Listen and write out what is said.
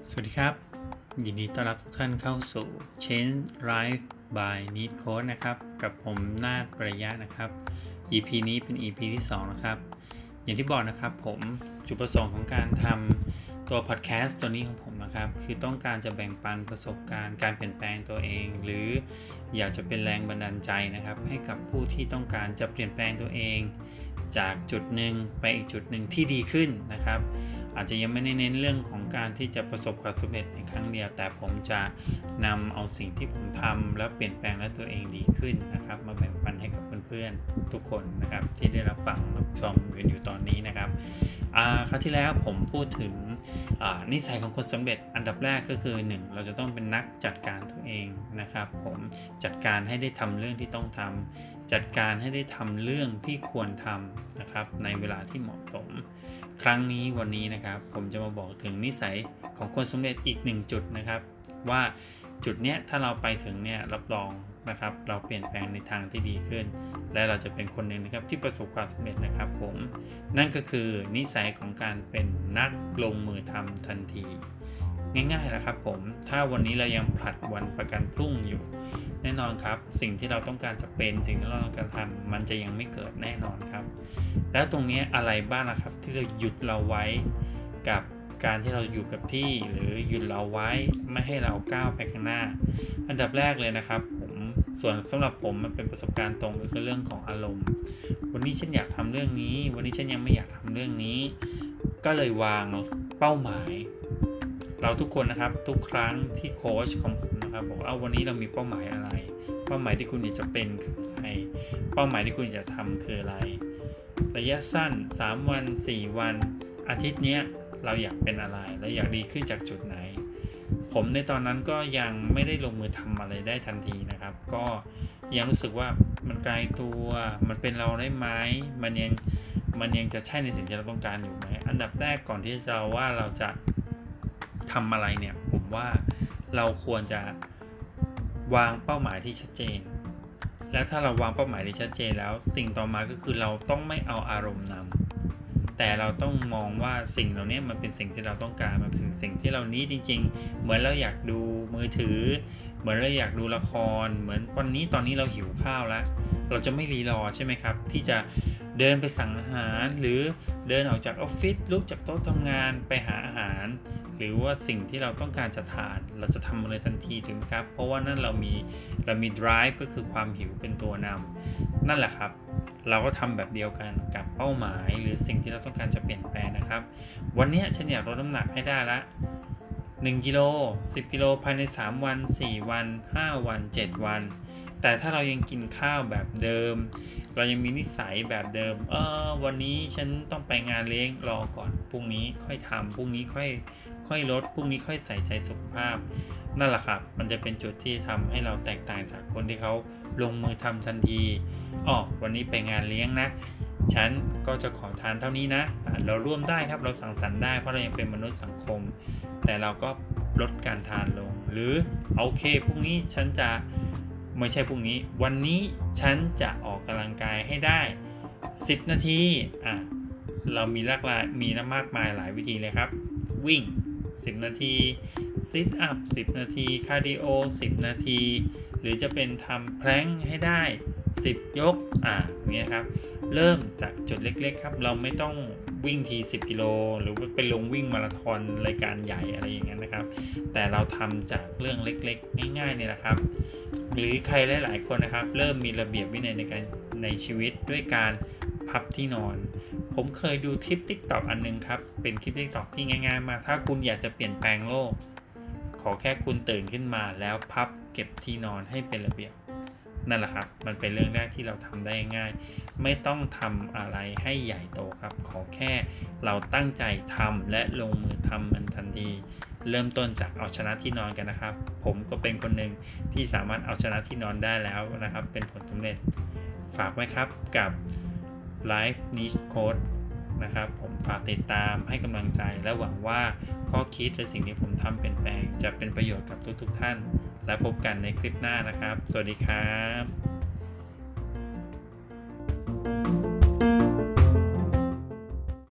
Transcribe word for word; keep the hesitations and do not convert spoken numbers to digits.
สวัสดีครับยินดีต้อนรับทุกท่านเข้าสู่ Change Life by Need Coach นะครับกับผมนาฏปริยะนะครับ อี พี นี้เป็น อี พี ที่สองนะครับอย่างที่บอกนะครับผมจุดประสงค์ของการทำตัวพอดแคสต์ตัวนี้ของผมนะครับคือต้องการจะแบ่งปันประสบการณ์การเปลี่ยนแปลงตัวเองหรืออยากจะเป็นแรงบันดาลใจนะครับให้กับผู้ที่ต้องการจะเปลี่ยนแปลงตัวเองจากจุดหนึ่งไปอีกจุดหนึ่งที่ดีขึ้นนะครับอาจจะยังไม่ได้เน้นเรื่องของการที่จะประสบความสำเร็จในครั้งเดียวแต่ผมจะนำเอาสิ่งที่ผมทำแล้วเปลี่ยนแปลงและตัวเองดีขึ้นนะครับมาแบ่งปันให้กับเพื่อนๆทุกคนนะครับที่ได้รับฟังรับชมกันอยู่ตอนนี้นะครับคราวที่แล้วผมพูดถึงนิสัยของคนสำเร็จอันดับแรกก็คือหนึ่งเราจะต้องเป็นนักจัดการตัวเองนะครับผมจัดการให้ได้ทำเรื่องที่ต้องทำจัดการให้ได้ทำเรื่องที่ควรทำนะครับในเวลาที่เหมาะสมครั้งนี้วันนี้นะครับผมจะมาบอกถึงนิสัยของคนสำเร็จอีกหนึ่งจุดนะครับว่าจุดเนี้ยถ้าเราไปถึงเนี่ยรับรองนะครับเราเปลี่ยนแปลงในทางที่ดีขึ้นและเราจะเป็นคนหนึ่งนะครับที่ประสบความสำเร็จนะครับผมนั่นก็คือนิสัยของการเป็นนักลงมือทำทันทีง่ายๆแหละครับผมถ้าวันนี้เรายังผลัดวันประกันพรุ่งอยู่แน่นอนครับสิ่งที่เราต้องการจะเป็นสิ่งที่เราต้องการทำมันจะยังไม่เกิดแน่นอนครับแล้วตรงนี้อะไรบ้างนะครับที่เราหยุดเราไว้กับการที่เราอยู่กับที่หรือหยุดเราไว้ไม่ให้เราก้าวไปข้างหน้าอันดับแรกเลยนะครับผมส่วนสำหรับผมมันเป็นประสบการณ์ตรงก็คือเรื่องของอารมณ์วันนี้ฉันอยากทำเรื่องนี้วันนี้ฉันยังไม่อยากทำเรื่องนี้ก็เลยวางเป้าหมายเราทุกคนนะครับทุกครั้งที่โค้ชของผมนะครับบอกว่าวันนี้เรามีเป้าหมายอะไรเป้าหมายที่คุณอยากจะเป็นคืออะไรเป้าหมายที่คุณอยากจะทำคืออะไรระยะสั้นสามวันสี่วันอาทิตย์นี้เราอยากเป็นอะไรและอยากดีขึ้นจากจุดไหนผมในตอนนั้นก็ยังไม่ได้ลงมือทำอะไรได้ทันทีนะครับก็ยังรู้สึกว่ามันไกลตัวมันเป็นเราได้ไหมมันยังมันยังจะใช่ในสิ่งที่เราต้องการอยู่ไหมอันดับแรกก่อนที่จะว่าเราจะทำอะไรเนี่ยผมว่าเราควรจะวางเป้าหมายที่ชัดเจนแล้วถ้าเราวางเป้าหมายที่ชัดเจนแล้วสิ่งต่อมาก็คือเราต้องไม่เอาอารมณ์นำแต่เราต้องมองว่าสิ่งเหล่านี้มันเป็นสิ่งที่เราต้องการมันเป็นสิ่งที่เรานี้จริงๆเหมือนเราอยากดูมือถือเหมือนเราอยากดูละครเหมือนวันนี้ตอนนี้เราหิวข้าวแล้วเราจะไม่รีรอใช่ไหมครับที่จะเดินไปสั่งอาหารหรือเดินออกจากออฟฟิศลุกจากโต๊ะทำงานไปหาอาหารหรือว่าสิ่งที่เราต้องการจะทานเราจะทำมันเลยทันทีถูกไหมครับเพราะว่านั่นเรามีเรามี drive ก็คือความหิวเป็นตัวนำนั่นแหละครับเราก็ทำแบบเดียวกันกับเป้าหมายหรือสิ่งที่เราต้องการจะเปลี่ยนแปลงนะครับวันนี้ฉันอยากลดน้ำหนักให้ได้ละหนึ่งกิโลสิบกิโลภายในสามวันสี่วันห้าวันเจ็ดวันแต่ถ้าเรายังกินข้าวแบบเดิมเรายังมีนิสัยแบบเดิมเออวันนี้ฉันต้องไปงานเลี้ยงรอก่อนพรุ่งนี้ค่อยทำพรุ่งนี้ค่อยค่อยลดพรุ่งนี้ค่อยใส่ใจสุขภาพนั่นแหละครับมันจะเป็นจุดที่ทำให้เราแตกต่างจากคนที่เขาลงมือทำทันทีอ๋อวันนี้ไปงานเลี้ยงนะฉันก็จะขอทานเท่านี้นะเราร่วมได้ครับเราสังสรรค์ได้เพราะเรายังเป็นมนุษย์สังคมแต่เราก็ลดการทานลงหรือโอเคพรุ่งนี้ฉันจะไม่ใช่พรุ่งนี้วันนี้ฉันจะออกกำลังกายให้ได้สิบนาทีอ่ะเรามีหลากหลายมีมากมายหลายวิธีเลยครับวิ่งสิบนาทีซิทอัพสิบนาทีคาร์ดิโอสิบนาทีหรือจะเป็นทำแพลงก์ให้ได้สิบยกอ่ะนี่ครับเริ่มจากจุดเล็กๆครับเราไม่ต้องวิ่งทีสิบกิโลหรือเป็นลงวิ่งมาราธอนรายการใหญ่อะไรอย่างเงี้ยนะครับแต่เราทำจากเรื่องเล็กๆง่ายๆนี่แหละครับหรือใครหลายๆคนนะครับเริ่มมีระเบียบวินัยในการในชีวิตด้วยการพับที่นอนผมเคยดูคลิป TikTok อันนึงครับเป็นคลิป TikTok ที่ง่ายๆมากถ้าคุณอยากจะเปลี่ยนแปลงโลกขอแค่คุณตื่นขึ้นมาแล้วพับเก็บที่นอนให้เป็นระเบียบนั่นแหละครับมันเป็นเรื่องแรกที่เราทำได้ง่ายไม่ต้องทำอะไรให้ใหญ่โตครับขอแค่เราตั้งใจทำและลงมือทำมันทันทีเริ่มต้นจากเอาชนะที่นอนกันนะครับผมก็เป็นคนหนึ่งที่สามารถเอาชนะที่นอนได้แล้วนะครับเป็นผลสำเร็จฝากไว้ครับกับ Life Niche Coach นะครับผมฝากติดตามให้กำลังใจและหวังว่าข้อคิดและสิ่งที่ผมทำเปลี่ยนแปลงจะเป็นประโยชน์กับทุกๆท่านและพบกันในคลิปหน้านะครับสวัสดีครับ